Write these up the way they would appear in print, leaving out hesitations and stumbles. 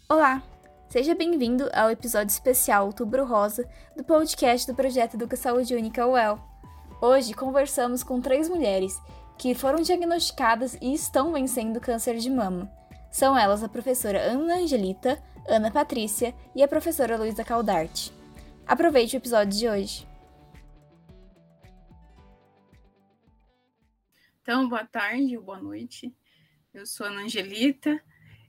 Olá! Seja bem-vindo ao episódio especial Outubro Rosa do podcast do Projeto Educa Saúde Única UEL. Hoje conversamos com 3 mulheres que foram diagnosticadas e estão vencendo câncer de mama. São elas a professora Ana Angelita, Ana Patrícia e a professora Luísa Caldarte. Aproveite o episódio de hoje. Então, boa tarde ou boa noite. Eu sou Ana Angelita.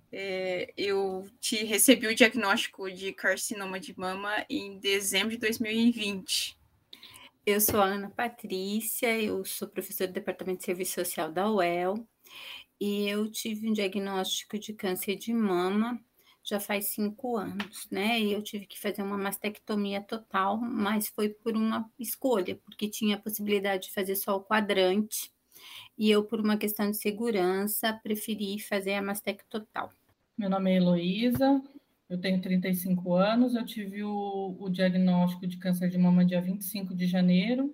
Eu recebi o diagnóstico de carcinoma de mama em dezembro de 2020. Eu sou a Ana Patrícia, eu sou professora do Departamento de Serviço Social da UEL e eu tive um diagnóstico de câncer de mama já faz 5 anos, né? E eu tive que fazer uma mastectomia total, mas foi por uma escolha, porque tinha a possibilidade de fazer só o quadrante e eu, por uma questão de segurança, preferi fazer a mastectomia total. Meu nome é Heloísa, eu tenho 35 anos, eu tive o diagnóstico de câncer de mama dia 25 de janeiro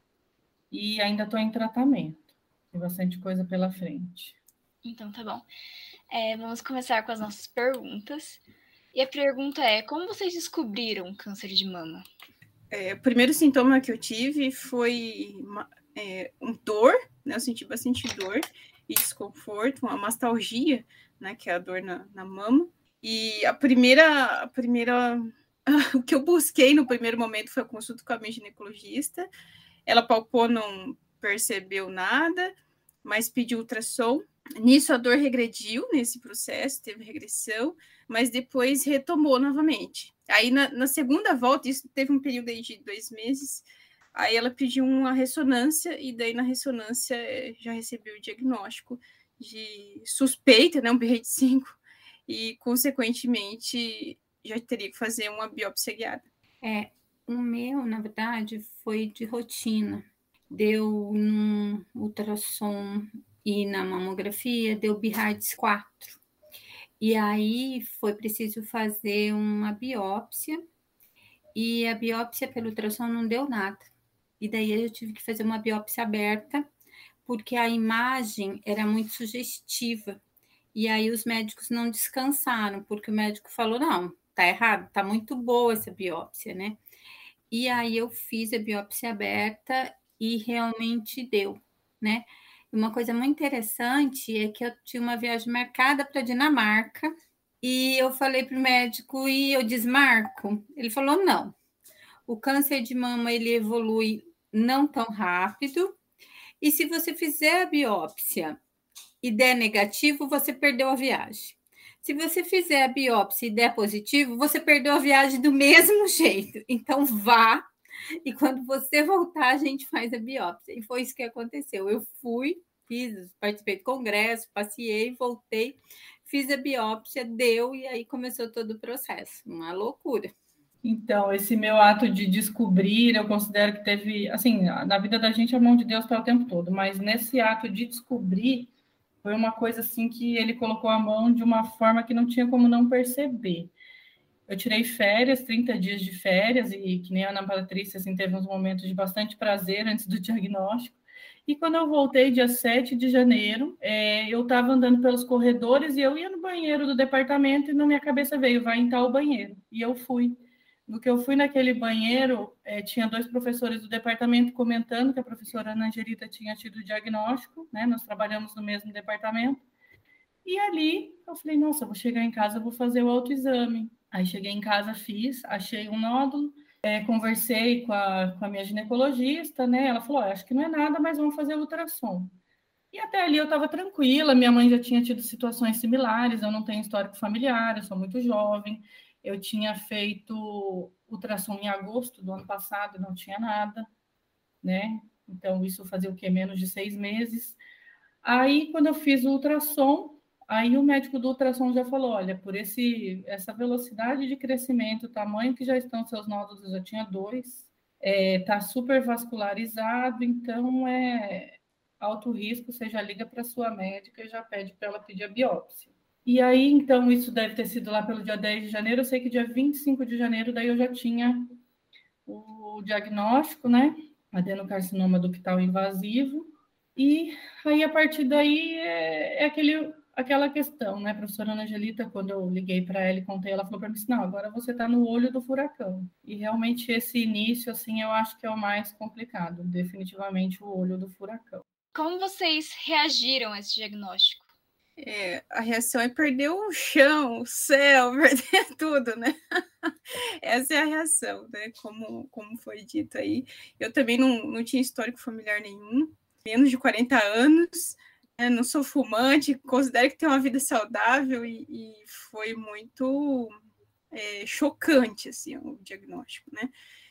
e ainda estou em tratamento. Tem bastante coisa pela frente. Então tá bom. Vamos começar com as nossas perguntas. E a pergunta é, como vocês descobriram câncer de mama? O primeiro sintoma que eu tive foi dor, né? Eu senti bastante dor e desconforto, uma mastalgia, né? Que é a dor na mama. E a primeira o que eu busquei no primeiro momento foi a consulta com a minha ginecologista. Ela palpou, não percebeu nada, mas pediu ultrassom. Nisso a dor regrediu nesse processo, teve regressão, mas depois retomou novamente. Aí na segunda volta, isso teve um período aí de 2 meses, aí ela pediu uma ressonância, e daí na ressonância já recebeu o diagnóstico de suspeita, né, um BR5, e consequentemente já teria que fazer uma biópsia guiada. O meu, na verdade, foi de rotina. Deu no ultrassom e na mamografia, deu BIRADS 4. E aí foi preciso fazer uma biópsia, e a biópsia pelo ultrassom não deu nada. E daí eu tive que fazer uma biópsia aberta, porque a imagem era muito sugestiva. E aí os médicos não descansaram, porque o médico falou, não, tá errado, tá muito boa essa biópsia, né? E aí eu fiz a biópsia aberta e realmente deu, né? Uma coisa muito interessante é que eu tinha uma viagem marcada para a Dinamarca e eu falei para o médico, e eu desmarco? Ele falou, não, o câncer de mama ele evolui não tão rápido, e se você fizer a biópsia e der negativo, você perdeu a viagem. Se você fizer a biópsia e der positivo, você perdeu a viagem do mesmo jeito. Então, vá, e quando você voltar, a gente faz a biópsia. E foi isso que aconteceu. Eu fui, participei do congresso, passei, voltei, fiz a biópsia, deu, e aí começou todo o processo. Uma loucura. Então, esse meu ato de descobrir, eu considero que teve, assim, na vida da gente a mão de Deus está o tempo todo, mas nesse ato de descobrir, foi uma coisa assim que ele colocou a mão de uma forma que não tinha como não perceber. Eu tirei férias, 30 dias de férias, e que nem a Ana Patrícia, assim, teve uns momentos de bastante prazer antes do diagnóstico. E quando eu voltei, dia 7 de janeiro, eu estava andando pelos corredores e eu ia no banheiro do departamento e na minha cabeça veio, vai em tal banheiro. E eu fui. No que eu fui naquele banheiro, tinha 2 professores do departamento comentando que a professora Ana Angelita tinha tido o diagnóstico, né? Nós trabalhamos no mesmo departamento. E ali eu falei, nossa, eu vou chegar em casa, eu vou fazer o autoexame. Aí cheguei em casa, fiz, achei um nódulo, conversei com a minha ginecologista, né? Ela falou, acho que não é nada, mas vamos fazer o ultrassom. E até ali eu estava tranquila, minha mãe já tinha tido situações similares, eu não tenho histórico familiar, eu sou muito jovem. Eu tinha feito ultrassom em agosto do ano passado, não tinha nada, né? Então, isso fazia o quê? Menos de 6 meses. Aí, quando eu fiz o ultrassom, aí o médico do ultrassom já falou, olha, por essa velocidade de crescimento, o tamanho que já estão seus nódulos, eu já tinha 2, tá super vascularizado, então é alto risco, você já liga para sua médica e já pede para ela pedir a biópsia. E aí, então, isso deve ter sido lá pelo dia 10 de janeiro, eu sei que dia 25 de janeiro, daí eu já tinha o diagnóstico, né, adenocarcinoma ductal invasivo, e aí, a partir daí, é aquele aquela questão, né, professora Ana Angelita, quando eu liguei para ela e contei, ela falou para mim assim, não, agora você está no olho do furacão. E realmente esse início, assim, eu acho que é o mais complicado, definitivamente o olho do furacão. Como vocês reagiram a esse diagnóstico? A reação é perder o chão, o céu, perder tudo, né? Essa é a reação, né? Como foi dito aí. Eu também não tinha histórico familiar nenhum, menos de 40 anos, né? Não sou fumante, considero que tenho uma vida saudável e foi muito chocante, assim, o diagnóstico, né?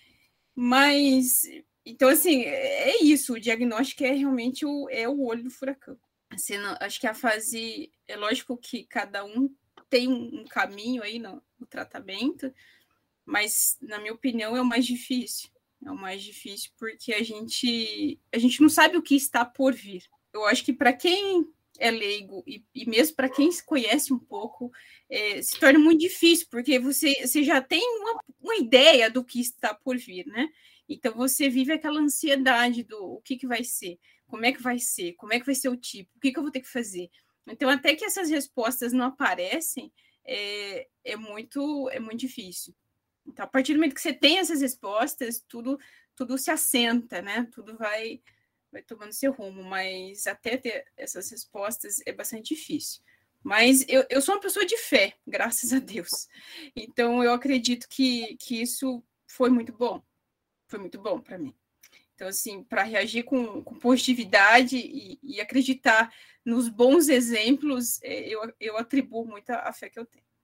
Mas, então, assim, é isso, o diagnóstico é realmente o olho do furacão. Assim, acho que a fase, é lógico que cada um tem um caminho aí no tratamento, mas, na minha opinião, é o mais difícil. É o mais difícil porque a gente não sabe o que está por vir. Eu acho que para quem é leigo e mesmo para quem se conhece um pouco, se torna muito difícil, porque você já tem uma ideia do que está por vir, né? Então, você vive aquela ansiedade do o que vai ser, como é que vai ser o tipo, o que eu vou ter que fazer. Então, até que essas respostas não aparecem, é muito difícil. Então, a partir do momento que você tem essas respostas, tudo se assenta, né? Tudo vai tomando seu rumo, mas até ter essas respostas é bastante difícil. Mas eu sou uma pessoa de fé, graças a Deus. Então, eu acredito que isso foi muito bom. Foi muito bom para mim. Então, assim, para reagir com positividade e acreditar nos bons exemplos, eu atribuo muito a fé que eu tenho.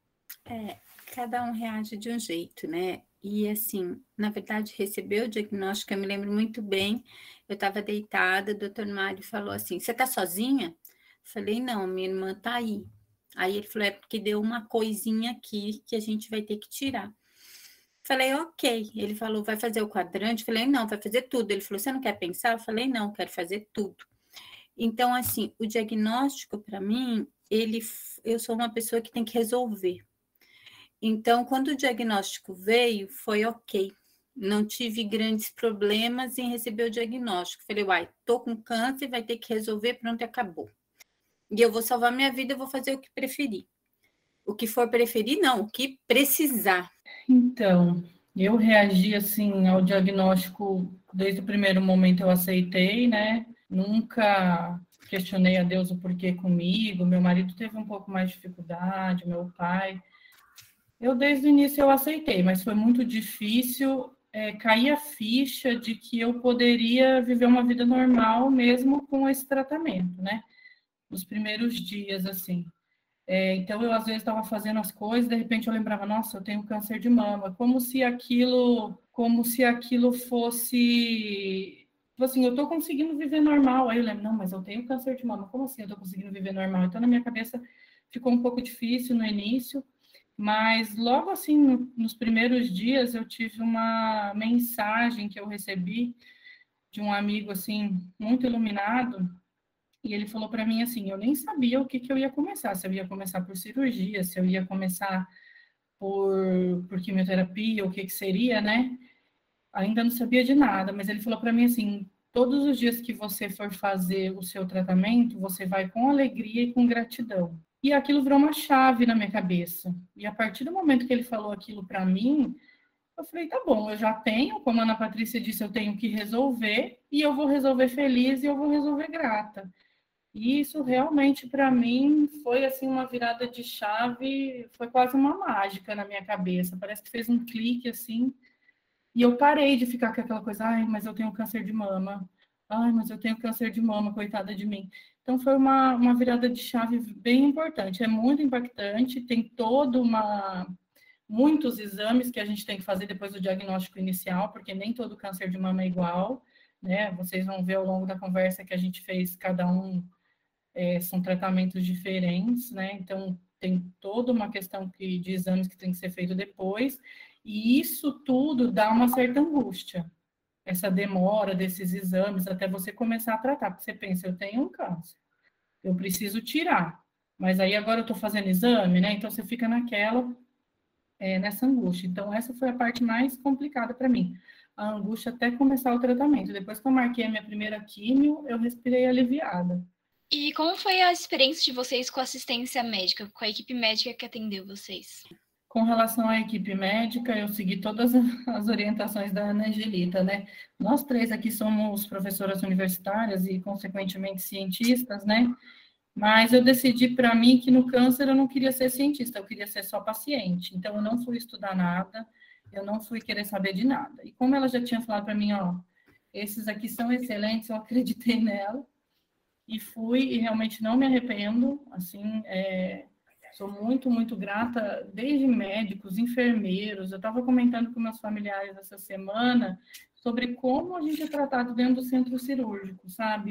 Cada um reage de um jeito, né? E assim, na verdade, receber o diagnóstico, eu me lembro muito bem, eu estava deitada, o doutor Mário falou assim, você está sozinha? Falei, não, minha irmã está aí. Aí ele falou, é porque deu uma coisinha aqui que a gente vai ter que tirar. Falei, ok. Ele falou, vai fazer o quadrante? Falei, não, vai fazer tudo. Ele falou, você não quer pensar? Eu falei, não, quero fazer tudo. Então, assim, o diagnóstico, para mim, eu sou uma pessoa que tem que resolver. Então, quando o diagnóstico veio, foi ok. Não tive grandes problemas em receber o diagnóstico. Falei, uai, tô com câncer, vai ter que resolver, pronto, acabou. E eu vou salvar minha vida, eu vou fazer o que preferir. O que for preferir, não, o que precisar. Então, eu reagi, assim, ao diagnóstico, desde o primeiro momento eu aceitei, né? Nunca questionei a Deus o porquê comigo, meu marido teve um pouco mais de dificuldade, meu pai... Eu, desde o início, eu aceitei, mas foi muito difícil cair a ficha de que eu poderia viver uma vida normal mesmo com esse tratamento, né? Nos primeiros dias, assim. Então, eu, às vezes, estava fazendo as coisas, de repente eu lembrava, nossa, eu tenho câncer de mama, como se aquilo fosse... Assim, eu estou conseguindo viver normal. Aí eu lembro, não, mas eu tenho câncer de mama, como assim eu estou conseguindo viver normal? Então, na minha cabeça, ficou um pouco difícil no início. Mas logo assim, nos primeiros dias, eu tive uma mensagem que eu recebi de um amigo assim muito iluminado, e ele falou para mim assim, eu nem sabia o que eu ia começar, se eu ia começar por cirurgia, se eu ia começar por quimioterapia, o que seria, né? Ainda não sabia de nada, mas ele falou para mim assim, todos os dias que você for fazer o seu tratamento, você vai com alegria e com gratidão. E aquilo virou uma chave na minha cabeça. E a partir do momento que ele falou aquilo para mim, eu falei, tá bom, eu já tenho, como a Ana Patrícia disse, eu tenho que resolver, e eu vou resolver feliz e eu vou resolver grata. E isso realmente, para mim, foi assim uma virada de chave, foi quase uma mágica na minha cabeça. Parece que fez um clique assim, e eu parei de ficar com aquela coisa, ai, mas eu tenho câncer de mama. Ai, mas eu tenho câncer de mama, coitada de mim. Então, foi uma virada de chave bem importante. É muito impactante, tem muitos exames que a gente tem que fazer depois do diagnóstico inicial, porque nem todo câncer de mama é igual, né? Vocês vão ver ao longo da conversa que a gente fez, cada um são tratamentos diferentes, né? Então, tem toda uma questão de exames que tem que ser feito depois, e isso tudo dá uma certa angústia, essa demora desses exames até você começar a tratar, porque você pensa, eu tenho um câncer, eu preciso tirar, mas aí agora eu estou fazendo exame, né? Então você fica nessa angústia. Então essa foi a parte mais complicada para mim, a angústia até começar o tratamento. Depois que eu marquei a minha primeira químio, eu respirei aliviada. E como foi a experiência de vocês com a assistência médica, com a equipe médica que atendeu vocês? Com relação à equipe médica, eu segui todas as orientações da Ana Angelita, né? Nós três aqui somos professoras universitárias e, consequentemente, cientistas, né? Mas eu decidi para mim que no câncer eu não queria ser cientista, eu queria ser só paciente. Então, eu não fui estudar nada, eu não fui querer saber de nada. E como ela já tinha falado para mim, ó, esses aqui são excelentes, eu acreditei nela e fui, e realmente não me arrependo, assim, sou muito, muito grata, desde médicos, enfermeiros. Eu estava comentando com meus familiares essa semana sobre como a gente é tratado dentro do centro cirúrgico, sabe?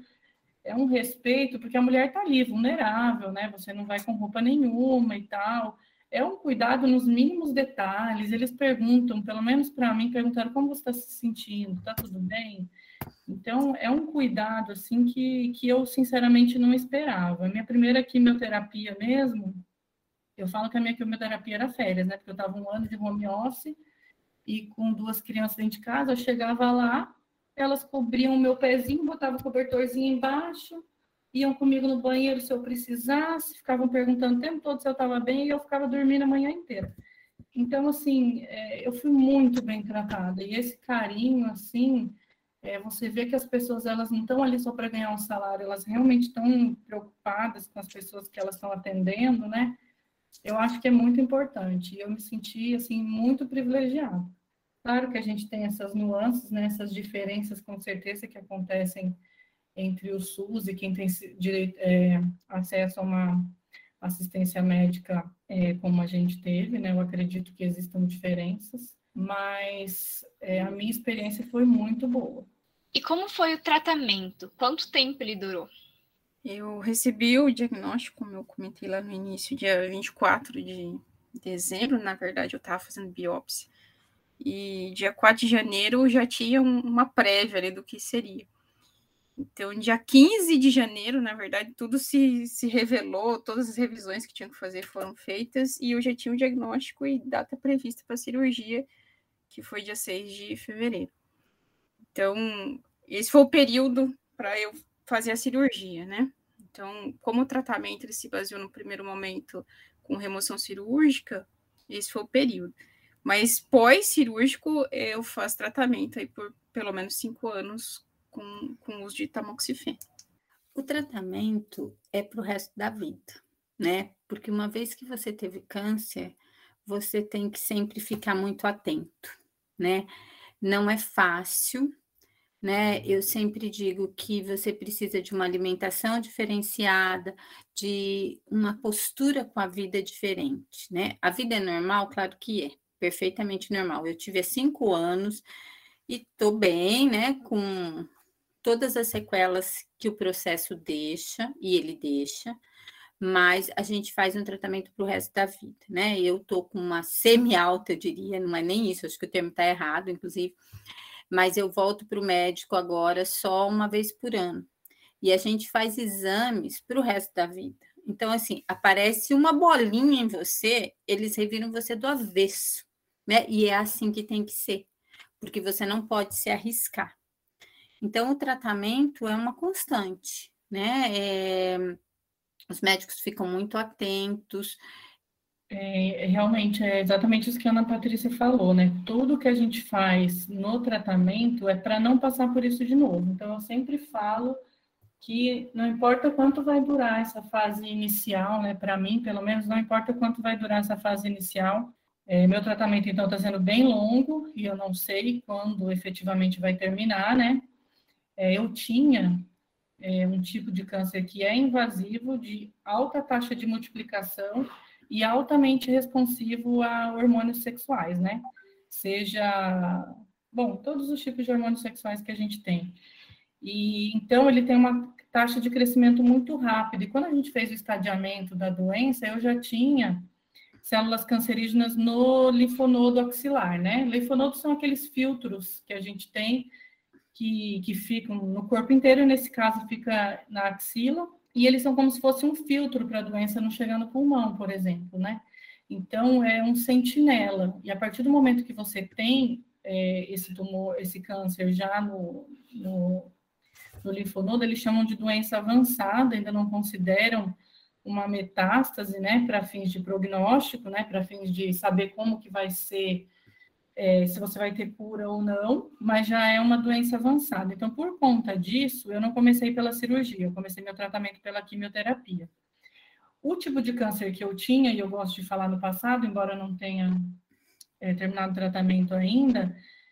É um respeito, porque a mulher está ali, vulnerável, né? Você não vai com roupa nenhuma e tal. É um cuidado nos mínimos detalhes. Eles perguntam, pelo menos para mim, perguntaram como você está se sentindo, está tudo bem? Então, é um cuidado, assim, que eu, sinceramente, não esperava. A minha primeira quimioterapia mesmo, eu falo que a minha quimioterapia era férias, né? Porque eu estava 1 ano de home office e com 2 crianças dentro de casa, eu chegava lá, elas cobriam o meu pezinho, botavam o cobertorzinho embaixo, iam comigo no banheiro se eu precisasse, ficavam perguntando o tempo todo se eu estava bem e eu ficava dormindo a manhã inteira. Então, assim, eu fui muito bem tratada. E esse carinho, assim, você vê que as pessoas, elas não estão ali só para ganhar um salário, elas realmente estão preocupadas com as pessoas que elas estão atendendo, né? Eu acho que é muito importante. Eu me senti, assim, muito privilegiada. Claro que a gente tem essas nuances, né, essas diferenças, com certeza, que acontecem entre o SUS e quem tem direito, acesso a uma assistência médica como a gente teve, né? Eu acredito que existam diferenças, mas a minha experiência foi muito boa. E como foi o tratamento? Quanto tempo ele durou? Eu recebi o diagnóstico, como eu comentei lá no início, dia 24 de dezembro, na verdade eu estava fazendo biópsia, e dia 4 de janeiro já tinha uma prévia ali do que seria. Então, dia 15 de janeiro, na verdade, tudo se revelou, todas as revisões que tinham que fazer foram feitas, e eu já tinha um diagnóstico e data prevista para a cirurgia, que foi dia 6 de fevereiro. Então, esse foi o período para eu fazer a cirurgia, né? Então, como o tratamento ele se baseou no primeiro momento com remoção cirúrgica, esse foi o período. Mas pós-cirúrgico, eu faço tratamento aí por pelo menos 5 anos com uso de tamoxifeno. O tratamento é para o resto da vida, né? Porque uma vez que você teve câncer, você tem que sempre ficar muito atento, né? Não é fácil, né? Eu sempre digo que você precisa de uma alimentação diferenciada, de uma postura com a vida diferente, né? A vida é normal? Claro que é, perfeitamente normal. Eu tive há 5 anos e estou bem, né? Com todas as sequelas que o processo deixa, e ele deixa, mas a gente faz um tratamento para o resto da vida, né? Eu tô com uma semi-alta, eu diria, não é nem isso, acho que o termo está errado, inclusive, mas eu volto para o médico agora só uma vez por ano. E a gente faz exames para o resto da vida. Então, assim, aparece uma bolinha em você, eles reviram você do avesso, né? E é assim que tem que ser, porque você não pode se arriscar. Então, o tratamento é uma constante, né? Os médicos ficam muito atentos. Realmente, é exatamente isso que a Ana Patrícia falou, né? Tudo que a gente faz no tratamento é para não passar por isso de novo. Então, eu sempre falo que não importa quanto vai durar essa fase inicial, né? Para mim, pelo menos, não importa quanto vai durar essa fase inicial. Meu tratamento, então, está sendo bem longo e eu não sei quando efetivamente vai terminar, né? Eu tinha um tipo de câncer que é invasivo, de alta taxa de multiplicação e altamente responsivo a hormônios sexuais, né? Seja, bom, todos os tipos de hormônios sexuais que a gente tem. E então ele tem uma taxa de crescimento muito rápida. E quando a gente fez o estadiamento da doença, eu já tinha células cancerígenas no linfonodo axilar, né? Linfonodos são aqueles filtros que a gente tem que ficam no corpo inteiro, e nesse caso fica na axila, e eles são como se fosse um filtro para a doença não chegar no pulmão, por exemplo, né? Então, é um sentinela, e a partir do momento que você tem esse tumor, esse câncer já no do linfonodo, eles chamam de doença avançada, ainda não consideram uma metástase, né, para fins de prognóstico, né, para fins de saber como que vai ser, se você vai ter cura ou não, mas já é uma doença avançada. Então, por conta disso, eu não comecei pela cirurgia, eu comecei meu tratamento pela quimioterapia. O tipo de câncer que eu tinha, e eu gosto de falar no passado, embora eu não tenha terminado o tratamento ainda,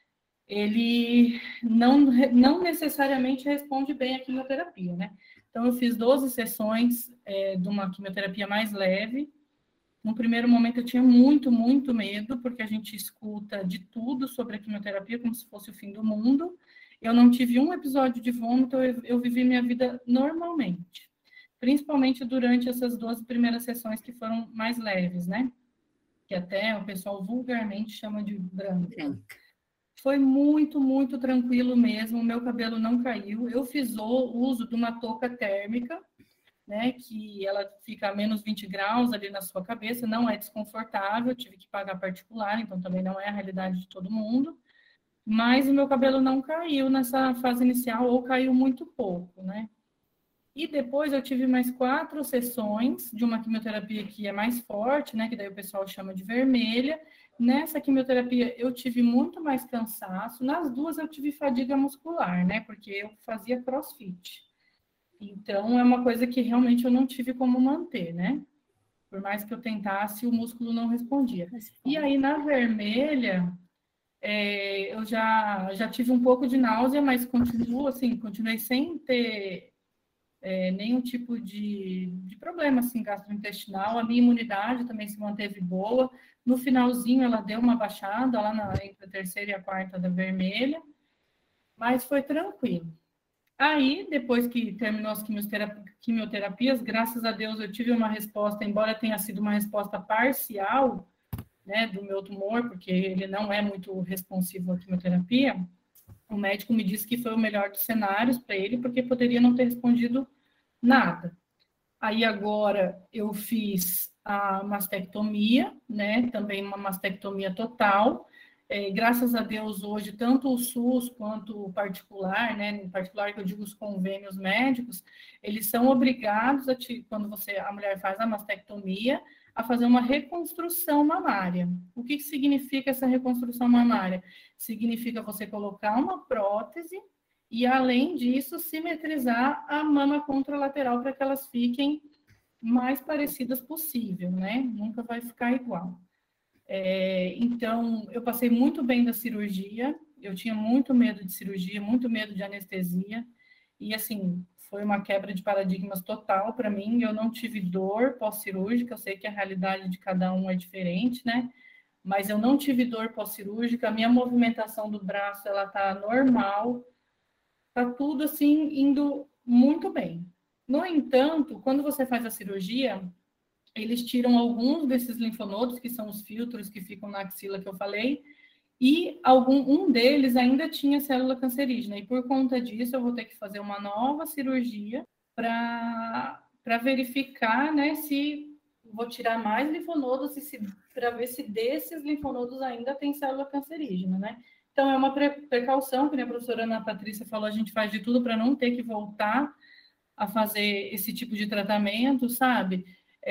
ele não necessariamente responde bem à quimioterapia, né? Então, eu fiz 12 sessões de uma quimioterapia mais leve. No primeiro momento, eu tinha muito, muito medo, porque a gente escuta de tudo sobre a quimioterapia, como se fosse o fim do mundo. Eu não tive um episódio de vômito, eu vivi minha vida normalmente. Principalmente durante essas 12 primeiras sessões que foram mais leves, né? Que até o pessoal vulgarmente chama de branca. Foi muito, muito tranquilo mesmo, o meu cabelo não caiu. Eu fiz o uso de uma touca térmica, né, que ela fica a menos 20 graus ali na sua cabeça, não é desconfortável, tive que pagar particular, então também não é a realidade de todo mundo. Mas o meu cabelo não caiu nessa fase inicial, ou caiu muito pouco, né? E depois eu tive mais 4 sessões de uma quimioterapia que é mais forte, né? Que daí o pessoal chama de vermelha. Nessa quimioterapia eu tive muito mais cansaço. Nas duas eu tive fadiga muscular, né? Porque eu fazia crossfit. Então é uma coisa que realmente eu não tive como manter, né? Por mais que eu tentasse, o músculo não respondia. E aí na vermelha eu já tive um pouco de náusea, mas continuei sem ter nenhum tipo de problema assim, gastrointestinal. A minha imunidade também se manteve boa. No finalzinho, ela deu uma baixada lá entre a terceira e a quarta da vermelha, mas foi tranquilo. Aí, depois que terminou as quimioterapias, graças a Deus eu tive uma resposta, embora tenha sido uma resposta parcial, né, do meu tumor, porque ele não é muito responsivo à quimioterapia. O médico me disse que foi o melhor dos cenários para ele, porque poderia não ter respondido nada. Aí agora eu fiz a mastectomia, né? Também uma mastectomia total. Graças a Deus, hoje, tanto o SUS quanto o particular, né? No particular, que eu digo os convênios médicos, eles são obrigados, quando a mulher faz a mastectomia, a fazer uma reconstrução mamária. O que significa essa reconstrução mamária? Significa você colocar uma prótese e, além disso, simetrizar a mama contralateral para que elas fiquem mais parecidas possível, né? Nunca vai ficar igual. Então, eu passei muito bem da cirurgia, eu tinha muito medo de cirurgia, muito medo de anestesia, e, assim, foi uma quebra de paradigmas total para mim. Eu não tive dor pós-cirúrgica, eu sei que a realidade de cada um é diferente, né? Mas eu não tive dor pós-cirúrgica, a minha movimentação do braço, ela tá normal, tá tudo, assim, indo muito bem. No entanto, quando você faz a cirurgia, eles tiram alguns desses linfonodos, que são os filtros que ficam na axila que eu falei, e um deles ainda tinha célula cancerígena, e por conta disso eu vou ter que fazer uma nova cirurgia para verificar, né, se vou tirar mais linfonodos para ver se desses linfonodos ainda tem célula cancerígena, né? Então é uma precaução, que a professora Ana Patrícia falou, a gente faz de tudo para não ter que voltar a fazer esse tipo de tratamento, sabe?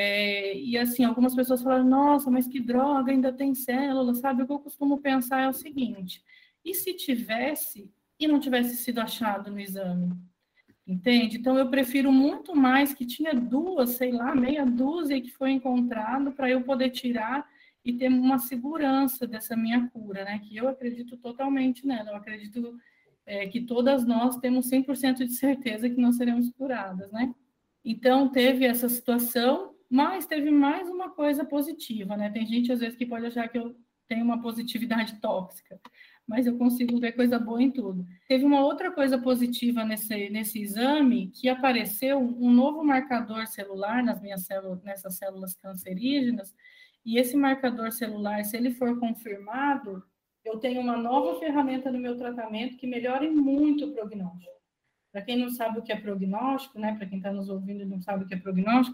E assim, algumas pessoas falaram, nossa, mas que droga, ainda tem célula, sabe? O que eu costumo pensar é o seguinte, e se tivesse e não tivesse sido achado no exame? Entende? Então, eu prefiro muito mais que tinha meia dúzia que foi encontrado para eu poder tirar e ter uma segurança dessa minha cura, né? Que eu acredito totalmente nela, eu acredito que todas nós temos 100% de certeza que nós seremos curadas, né? Então, teve essa situação, mas teve mais uma coisa positiva, né? Tem gente, às vezes, que pode achar que eu tenho uma positividade tóxica, mas eu consigo ver coisa boa em tudo. Teve uma outra coisa positiva nesse exame, que apareceu um novo marcador celular nessas células cancerígenas, e esse marcador celular, se ele for confirmado, eu tenho uma nova ferramenta no meu tratamento que melhora muito o prognóstico. Para quem não sabe o que é prognóstico, né? Para quem está nos ouvindo e não sabe o que é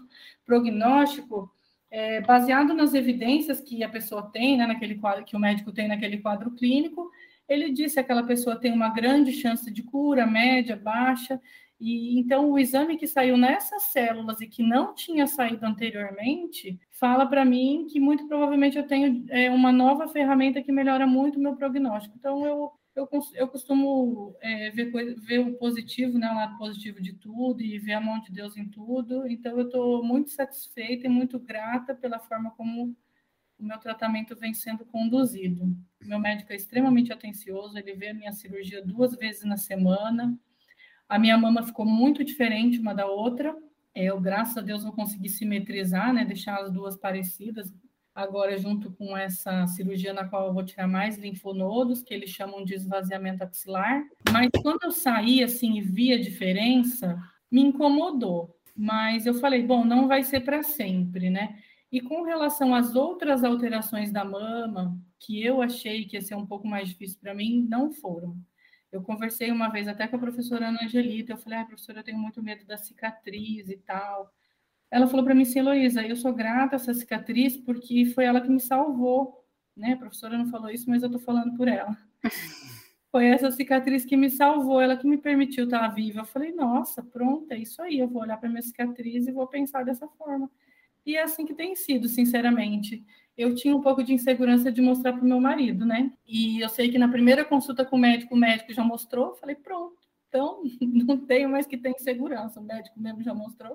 prognóstico é baseado nas evidências que a pessoa tem, né, naquele quadro, que o médico tem naquele quadro clínico, ele disse que aquela pessoa tem uma grande chance de cura, média, baixa, e então o exame que saiu nessas células e que não tinha saído anteriormente, fala para mim que muito provavelmente eu tenho uma nova ferramenta que melhora muito o meu prognóstico. Então, eu costumo ver o positivo, né, o lado positivo de tudo e ver a mão de Deus em tudo. Então, eu estou muito satisfeita e muito grata pela forma como o meu tratamento vem sendo conduzido. Meu médico é extremamente atencioso, ele vê a minha cirurgia 2 vezes na semana. A minha mama ficou muito diferente uma da outra. Eu, graças a Deus, não consegui simetrizar, né, deixar as duas parecidas. Agora, junto com essa cirurgia na qual eu vou tirar mais linfonodos, que eles chamam de esvaziamento axilar. Mas quando eu saí assim e vi a diferença, me incomodou. Mas eu falei, bom, não vai ser para sempre, né? E com relação às outras alterações da mama, que eu achei que ia ser um pouco mais difícil para mim, não foram. Eu conversei uma vez até com a professora Ana Angelita, eu falei, professora, eu tenho muito medo da cicatriz e tal. Ela falou para mim assim, Heloísa, eu sou grata a essa cicatriz porque foi ela que me salvou, né? A professora não falou isso, mas eu estou falando por ela. Foi essa cicatriz que me salvou, ela que me permitiu estar viva. Eu falei, nossa, pronto, é isso aí, eu vou olhar para minha cicatriz e vou pensar dessa forma. E é assim que tem sido, sinceramente. Eu tinha um pouco de insegurança de mostrar para o meu marido, né? E eu sei que na primeira consulta com o médico já mostrou. Eu falei, pronto, então não tenho mais que ter insegurança. O médico mesmo já mostrou.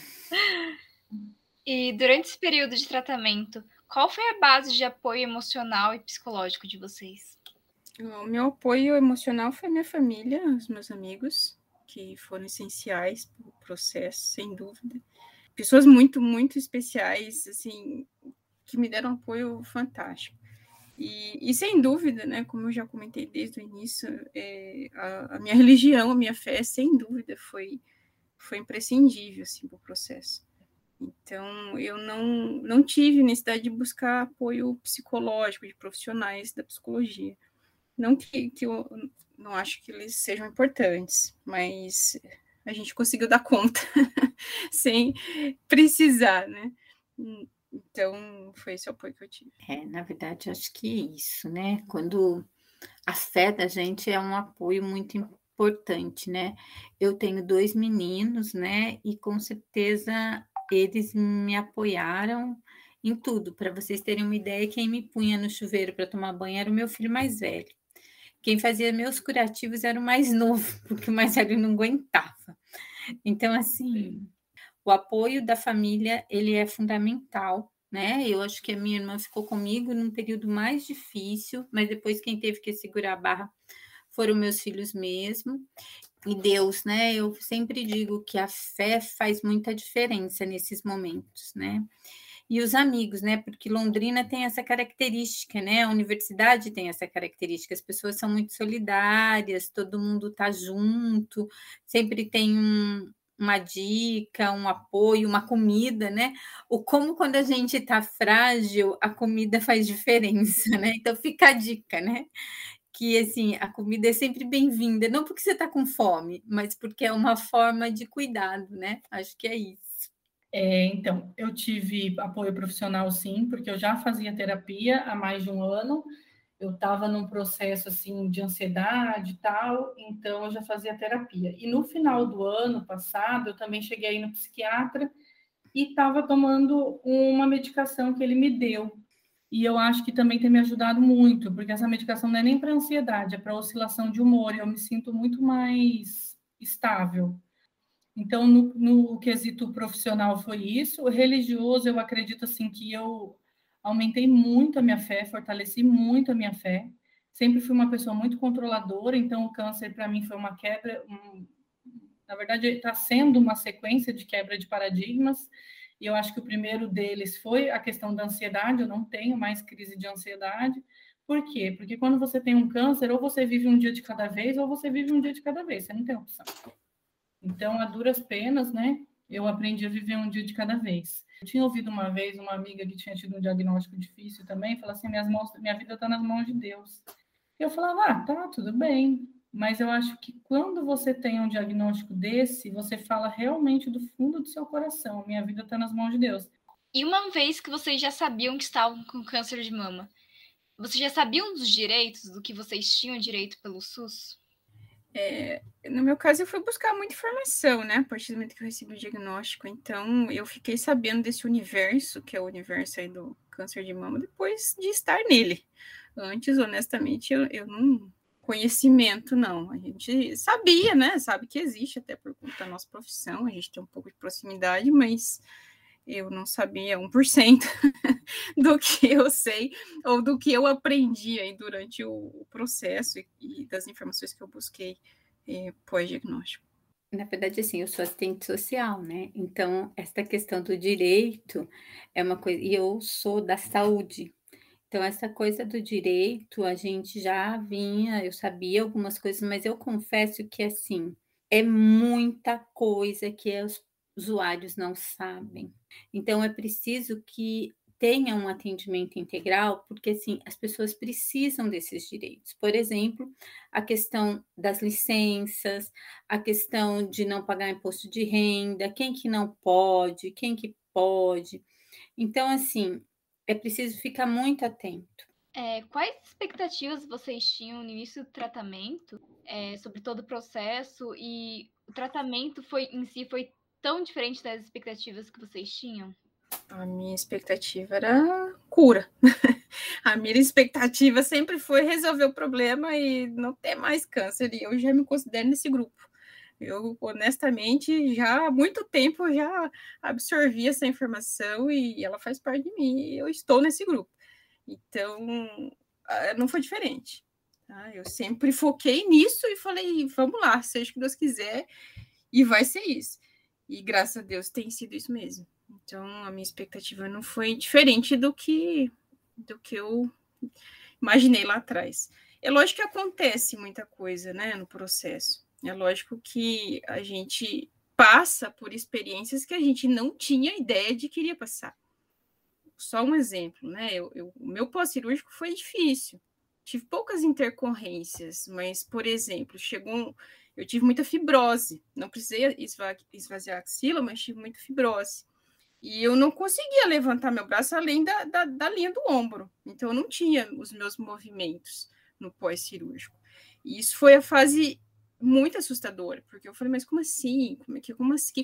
E durante esse período de tratamento, qual foi a base de apoio emocional e psicológico de vocês? O meu apoio emocional foi minha família, os meus amigos, que foram essenciais para o processo, sem dúvida. Pessoas muito, muito especiais, assim, que me deram um apoio fantástico. E sem dúvida, né, como eu já comentei desde o início, a minha religião, a minha fé, sem dúvida, foi imprescindível, assim, para o processo. Então, eu não tive necessidade de buscar apoio psicológico, de profissionais da psicologia. Não que eu não acho que eles sejam importantes, mas a gente conseguiu dar conta sem precisar, né? Então, foi esse o apoio que eu tive. Na verdade, acho que é isso, né? Quando a fé da gente é um apoio muito importante, né? Eu tenho 2 meninos, né? E com certeza eles me apoiaram em tudo. Para vocês terem uma ideia, quem me punha no chuveiro para tomar banho era o meu filho mais velho. Quem fazia meus curativos era o mais novo, porque o mais velho não aguentava. Então, assim, o apoio da família, ele é fundamental, né? Eu acho que a minha irmã ficou comigo num período mais difícil, mas depois quem teve que segurar a barra foram meus filhos mesmo. E Deus, né? Eu sempre digo que a fé faz muita diferença nesses momentos, né? E os amigos, né? Porque Londrina tem essa característica, né? A universidade tem essa característica, as pessoas são muito solidárias, todo mundo está junto, sempre tem uma dica, um apoio, uma comida, né? Como quando a gente está frágil, a comida faz diferença, né? Então fica a dica, né? Que assim, a comida é sempre bem-vinda, não porque você está com fome, mas porque é uma forma de cuidado, né? Acho que é isso. Então, eu tive apoio profissional, sim, porque eu já fazia terapia há mais de 1 ano. Eu estava num processo assim de ansiedade e tal, então eu já fazia terapia. E no final do ano passado, eu também cheguei aí no psiquiatra e estava tomando uma medicação que ele me deu. E eu acho que também tem me ajudado muito, porque essa medicação não é nem para ansiedade, é para oscilação de humor, e eu me sinto muito mais estável. Então, no quesito profissional foi isso. O religioso, eu acredito assim que eu aumentei muito a minha fé, fortaleci muito a minha fé. Sempre fui uma pessoa muito controladora, então o câncer para mim foi uma quebra. Na verdade, está sendo uma sequência de quebra de paradigmas. E eu acho que o primeiro deles foi a questão da ansiedade. Eu não tenho mais crise de ansiedade. Por quê? Porque quando você tem um câncer, ou você vive um dia de cada vez, ou você vive um dia de cada vez. Você não tem opção. Então, a duras penas, né, eu aprendi a viver um dia de cada vez. Eu tinha ouvido uma vez uma amiga que tinha tido um diagnóstico difícil também, falar assim, minha vida está nas mãos de Deus. Eu falava, tá, tudo bem. Mas eu acho que quando você tem um diagnóstico desse, você fala realmente do fundo do seu coração, minha vida está nas mãos de Deus. E uma vez que vocês já sabiam que estavam com câncer de mama, Vocês já sabiam dos direitos, do que vocês tinham direito pelo SUS? No meu caso, eu fui buscar muita informação, né? A partir do momento que eu recebi o diagnóstico. Então, eu fiquei sabendo desse universo, que é o universo aí do câncer de mama, depois de estar nele. Antes, honestamente, eu não... Conhecimento, não. A gente sabia, né? Sabe que existe, até por conta da nossa profissão. A gente tem um pouco de proximidade, mas eu não sabia 1% do que eu sei ou do que eu aprendi aí durante o processo e das informações que eu busquei pós-diagnóstico. Na verdade, assim, eu sou assistente social, né? Então, essa questão do direito é uma coisa. E eu sou da saúde. Então, essa coisa do direito, a gente já vinha, eu sabia algumas coisas, mas eu confesso que, assim, é muita coisa que os usuários não sabem. Então, é preciso que tenha um atendimento integral, porque, assim, as pessoas precisam desses direitos. Por exemplo, a questão das licenças, a questão de não pagar imposto de renda, quem que não pode, quem que pode. Então, assim, é preciso ficar muito atento. Quais expectativas vocês tinham no início do tratamento, sobre todo o processo, e o tratamento em si foi tão diferente das expectativas que vocês tinham? A minha expectativa era cura. A minha expectativa sempre foi resolver o problema e não ter mais câncer, e eu já me considero nesse grupo. Eu, honestamente, já há muito tempo já absorvi essa informação e ela faz parte de mim, e eu estou nesse grupo. Então, não foi diferente. Tá? Eu sempre foquei nisso e falei, vamos lá, seja o que Deus quiser, e vai ser isso. E graças a Deus tem sido isso mesmo. Então, a minha expectativa não foi diferente do que eu imaginei lá atrás. É lógico que acontece muita coisa, né, no processo. É lógico que a gente passa por experiências que a gente não tinha ideia de que iria passar. Só um exemplo, né? O meu pós-cirúrgico foi difícil. Tive poucas intercorrências, mas, por exemplo, eu tive muita fibrose. Não precisei esvaziar a axila, mas tive muita fibrose. E eu não conseguia levantar meu braço além da linha do ombro. Então, eu não tinha os meus movimentos no pós-cirúrgico. E isso foi a fase muito assustadora, porque eu falei, mas como assim? Como é que eu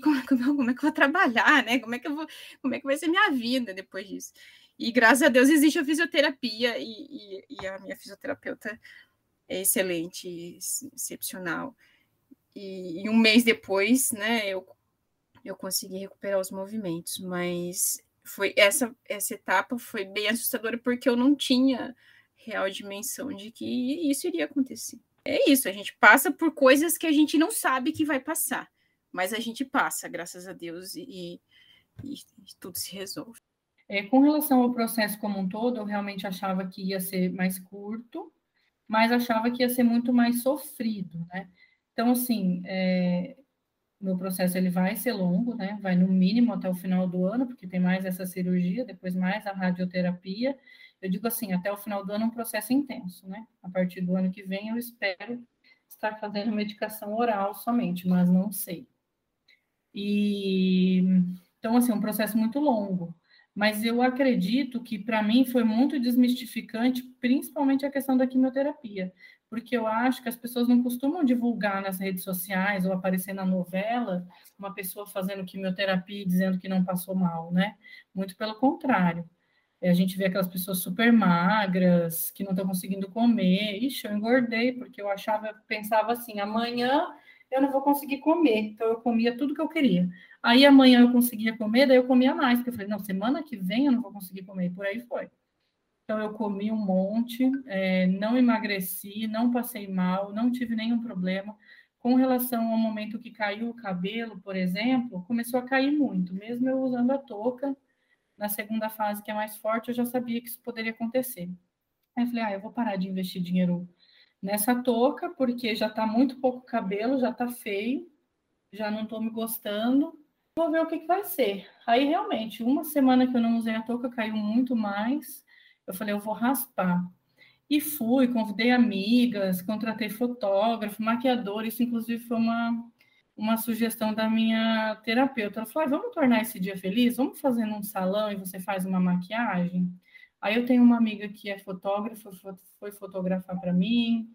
vou trabalhar, né? Como é que vai ser minha vida depois disso? E graças a Deus existe a fisioterapia e a minha fisioterapeuta é excelente, excepcional. E um mês depois, né, eu consegui recuperar os movimentos, mas essa etapa foi bem assustadora porque eu não tinha real dimensão de que isso iria acontecer. É isso, a gente passa por coisas que a gente não sabe que vai passar, mas a gente passa, graças a Deus, e tudo se resolve. Com relação ao processo como um todo, eu realmente achava que ia ser mais curto, mas achava que ia ser muito mais sofrido, né? Então, assim, meu processo ele vai ser longo, né? Vai no mínimo até o final do ano, porque tem mais essa cirurgia, depois mais a radioterapia. Eu digo assim, até o final do ano é um processo intenso, né? A partir do ano que vem eu espero estar fazendo medicação oral somente, mas não sei. Então, assim, é um processo muito longo. Mas eu acredito que, para mim, foi muito desmistificante, principalmente a questão da quimioterapia, porque eu acho que as pessoas não costumam divulgar nas redes sociais ou aparecer na novela uma pessoa fazendo quimioterapia e dizendo que não passou mal, né? Muito pelo contrário. A gente vê aquelas pessoas super magras, que não estão conseguindo comer. Ixi, eu engordei, porque eu pensava assim, amanhã eu não vou conseguir comer. Então, eu comia tudo que eu queria. Aí, amanhã eu conseguia comer, daí eu comia mais. Porque eu falei, não, semana que vem eu não vou conseguir comer. E por aí foi. Então, eu comi um monte, não emagreci, não passei mal, não tive nenhum problema. Com relação ao momento que caiu o cabelo, por exemplo, começou a cair muito. Mesmo eu usando a touca, na segunda fase, que é mais forte, eu já sabia que isso poderia acontecer. Aí eu falei, eu vou parar de investir dinheiro nessa touca, porque já está muito pouco cabelo, já está feio, já não estou me gostando, vou ver o que vai ser. Aí, realmente, uma semana que eu não usei a touca, caiu muito mais, eu falei, eu vou raspar. E fui, convidei amigas, contratei fotógrafo, maquiador, isso inclusive foi uma sugestão da minha terapeuta. Ela falou, vamos tornar esse dia feliz? Vamos fazer num salão e você faz uma maquiagem? Aí eu tenho uma amiga que é fotógrafa, foi fotografar para mim.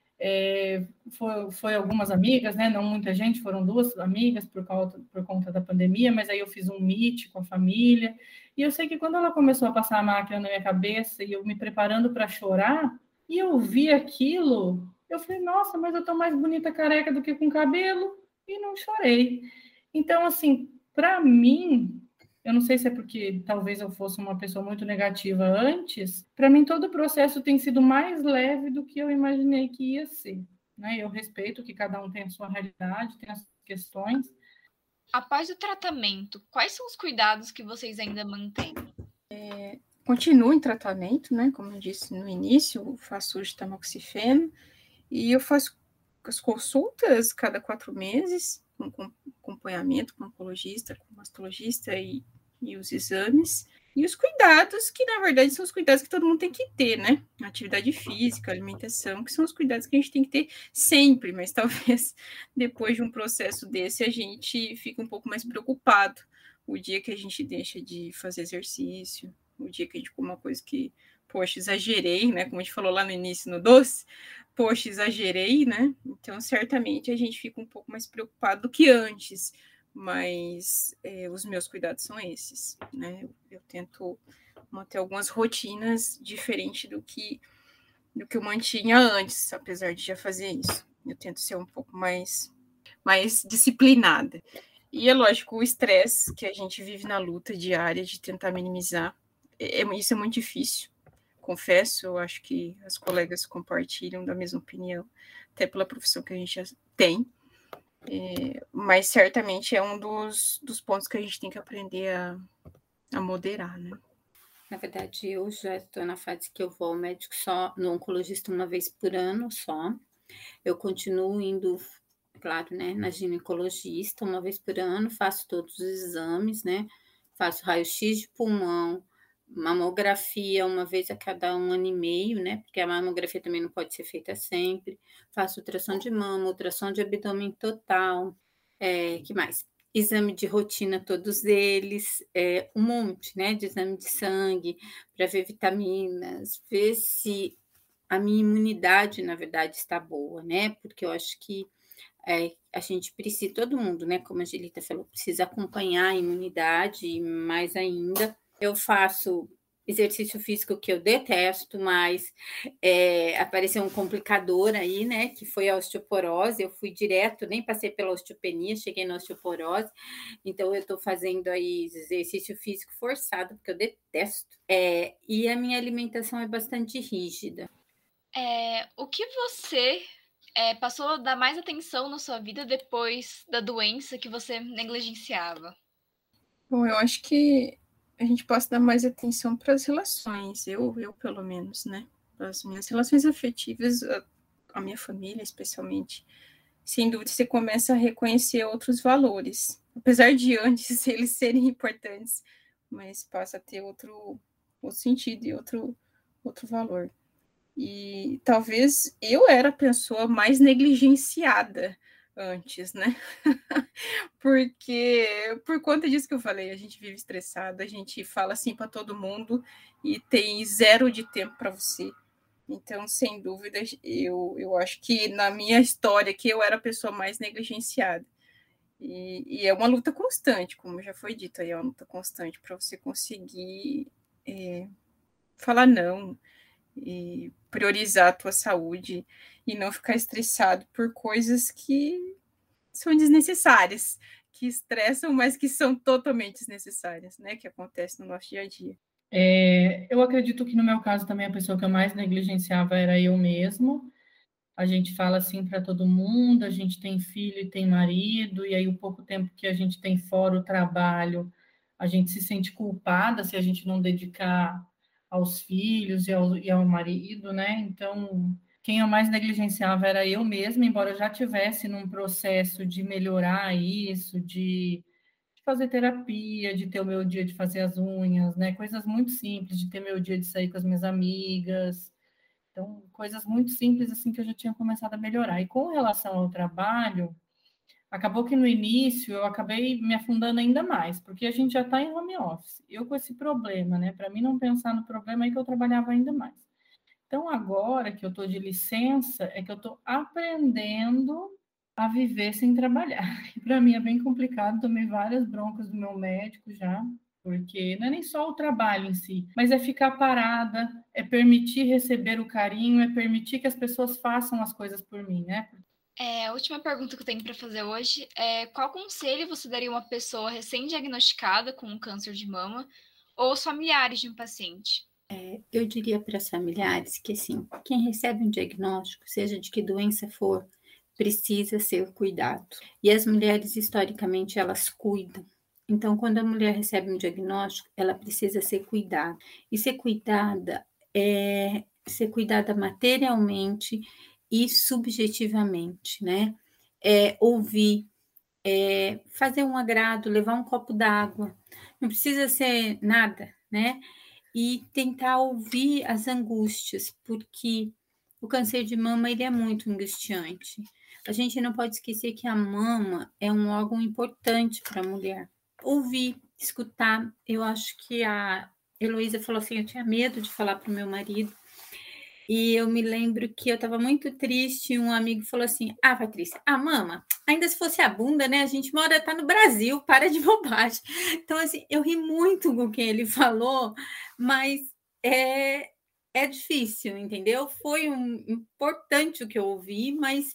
Foi algumas amigas, né? Não muita gente, foram 2 amigas por conta da pandemia, mas aí eu fiz um meet com a família. E eu sei que quando ela começou a passar a máquina na minha cabeça e eu me preparando para chorar, e eu vi aquilo, eu falei, nossa, mas eu tô mais bonita careca do que com cabelo, e não chorei. Então, assim, para mim, eu não sei se é porque talvez eu fosse uma pessoa muito negativa antes, para mim todo o processo tem sido mais leve do que eu imaginei que ia ser. Né? Eu respeito que cada um tem a sua realidade, tem as suas questões. Após o tratamento, quais são os cuidados que vocês ainda mantêm? Continuo em tratamento, né? Como eu disse no início, eu faço uso de tamoxifeno e eu faço as consultas cada 4 meses, com acompanhamento com oncologista, com mastologista e os exames. E os cuidados, que na verdade são os cuidados que todo mundo tem que ter, né? Atividade física, alimentação, que são os cuidados que a gente tem que ter sempre, mas talvez depois de um processo desse a gente fique um pouco mais preocupado. O dia que a gente deixa de fazer exercício, o dia que a gente come uma coisa que, poxa, exagerei, né? Como a gente falou lá no início no doce, poxa, exagerei, né? Então, certamente a gente fica um pouco mais preocupado do que antes. Mas os meus cuidados são esses, né? Eu tento manter algumas rotinas diferentes do que eu mantinha antes, apesar de já fazer isso. Eu tento ser um pouco mais disciplinada. E é lógico, o estresse que a gente vive na luta diária de tentar minimizar, isso é muito difícil, confesso. Eu acho que as colegas compartilham da mesma opinião, até pela profissão que a gente já tem. Mas certamente é um dos pontos que a gente tem que aprender a moderar, né? Na verdade, eu já estou na fase que eu vou ao médico só, no oncologista, uma vez por ano só. Eu continuo indo, claro, né, na ginecologista uma vez por ano, faço todos os exames, né? Faço raio-x de pulmão, mamografia uma vez a cada 1 ano e meio, né? Porque a mamografia também não pode ser feita sempre. Faço ultrassom de mama, ultrassom de abdômen total. Que mais? Exame de rotina, todos eles, um monte, né? De exame de sangue, para ver vitaminas, ver se a minha imunidade, na verdade, está boa, né? Porque eu acho que a gente precisa, todo mundo, né? Como a Angelita falou, precisa acompanhar a imunidade, e mais ainda. Eu faço exercício físico que eu detesto, mas apareceu um complicador aí, né? Que foi a osteoporose. Eu fui direto, nem passei pela osteopenia, cheguei na osteoporose. Então, eu estou fazendo aí exercício físico forçado, porque eu detesto. E a minha alimentação é bastante rígida. O que você passou a dar mais atenção na sua vida depois da doença que você negligenciava? Bom, eu acho que a gente pode dar mais atenção para as relações, eu pelo menos, né? As minhas relações afetivas, a minha família especialmente. Sem dúvida, você começa a reconhecer outros valores, apesar de antes eles serem importantes, mas passa a ter outro sentido e outro valor. E talvez eu era a pessoa mais negligenciada antes, né? Porque por conta disso que eu falei, a gente vive estressado, a gente fala assim para todo mundo e tem 0 de tempo para você. Então, sem dúvida, eu acho que na minha história que eu era a pessoa mais negligenciada. E é uma luta constante, como já foi dito, aí é uma luta constante para você conseguir falar não e priorizar a tua saúde e não ficar estressado por coisas que são desnecessárias, que estressam, mas que são totalmente desnecessárias, né? Que acontece no nosso dia a dia. Eu acredito que no meu caso também a pessoa que eu mais negligenciava era eu mesmo. A gente fala assim para todo mundo, a gente tem filho e tem marido, e aí o pouco tempo que a gente tem fora o trabalho, a gente se sente culpada se a gente não dedicar aos filhos e ao marido, né? Então, quem eu mais negligenciava era eu mesma, embora eu já tivesse num processo de melhorar isso, de fazer terapia, de ter o meu dia de fazer as unhas, né? Coisas muito simples, de ter meu dia de sair com as minhas amigas. Então, coisas muito simples assim que eu já tinha começado a melhorar. E com relação ao trabalho, Acabou que no início eu acabei me afundando ainda mais, porque a gente já está em home office. Eu com esse problema, né? Para mim não pensar no problema aí que eu trabalhava ainda mais. Então, agora que eu estou de licença, é que eu estou aprendendo a viver sem trabalhar. Para mim é bem complicado, tomei várias broncas do meu médico já, porque não é nem só o trabalho em si, mas é ficar parada, é permitir receber o carinho, é permitir que as pessoas façam as coisas por mim, né? A última pergunta que eu tenho para fazer hoje é: qual conselho você daria a uma pessoa recém-diagnosticada com um câncer de mama ou os familiares de um paciente? Eu diria para os familiares que, assim, quem recebe um diagnóstico, seja de que doença for, precisa ser cuidado. E as mulheres, historicamente, elas cuidam. Então, quando a mulher recebe um diagnóstico, ela precisa ser cuidada. E ser cuidada é ser cuidada materialmente e subjetivamente, né? Ouvir, fazer um agrado, levar um copo d'água. Não precisa ser nada, né? E tentar ouvir as angústias, porque o câncer de mama ele é muito angustiante. A gente não pode esquecer que a mama é um órgão importante para a mulher. Ouvir, escutar. Eu acho que a Heloísa falou assim, eu tinha medo de falar para o meu marido, e eu me lembro que eu estava muito triste, e um amigo falou assim, Patrícia, a mama, ainda se fosse a bunda, né? A gente tá no Brasil, para de bobagem. Então, assim, eu ri muito com o que ele falou, mas é difícil, entendeu? Foi importante o que eu ouvi, mas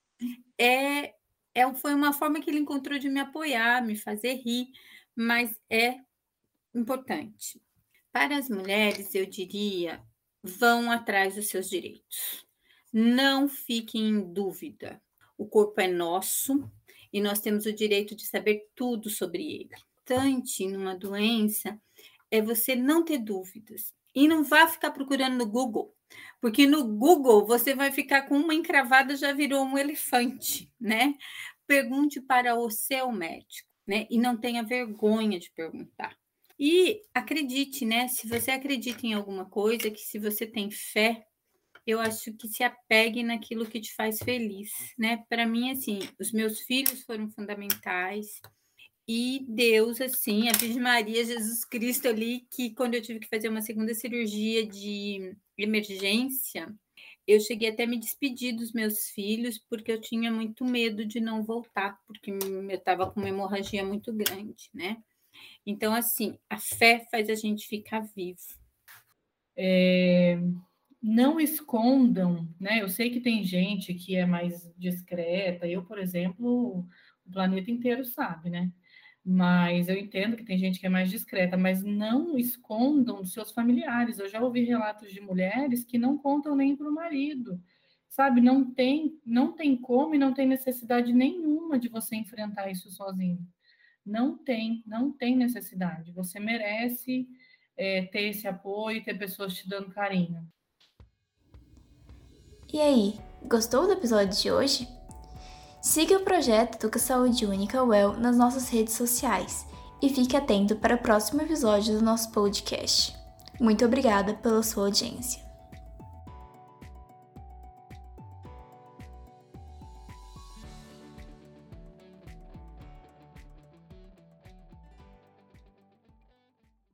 foi uma forma que ele encontrou de me apoiar, me fazer rir, mas é importante. Para as mulheres, eu diria, vão atrás dos seus direitos. Não fiquem em dúvida. O corpo é nosso e nós temos o direito de saber tudo sobre ele. O importante numa doença é você não ter dúvidas. E não vá ficar procurando no Google, porque no Google você vai ficar com uma encravada, já virou um elefante, né? Pergunte para o seu médico, né? E não tenha vergonha de perguntar. E acredite, né? Se você acredita em alguma coisa, que se você tem fé, eu acho que se apegue naquilo que te faz feliz, né? Para mim, assim, os meus filhos foram fundamentais e Deus, assim, a Virgem Maria, Jesus Cristo ali, que quando eu tive que fazer uma segunda cirurgia de emergência, eu cheguei até a me despedir dos meus filhos, porque eu tinha muito medo de não voltar, porque eu estava com uma hemorragia muito grande, né? Então, assim, a fé faz a gente ficar vivo. Não escondam, né? Eu sei que tem gente que é mais discreta. Eu, por exemplo, o planeta inteiro sabe, né? Mas eu entendo que tem gente que é mais discreta, mas não escondam dos seus familiares. Eu já ouvi relatos de mulheres que não contam nem para o marido, sabe? Não tem como e não tem necessidade nenhuma de você enfrentar isso sozinho. Não tem necessidade. Você merece ter esse apoio, ter pessoas te dando carinho. E aí, gostou do episódio de hoje? Siga o projeto Educa Saúde Única UEL nas nossas redes sociais e fique atento para o próximo episódio do nosso podcast. Muito obrigada pela sua audiência.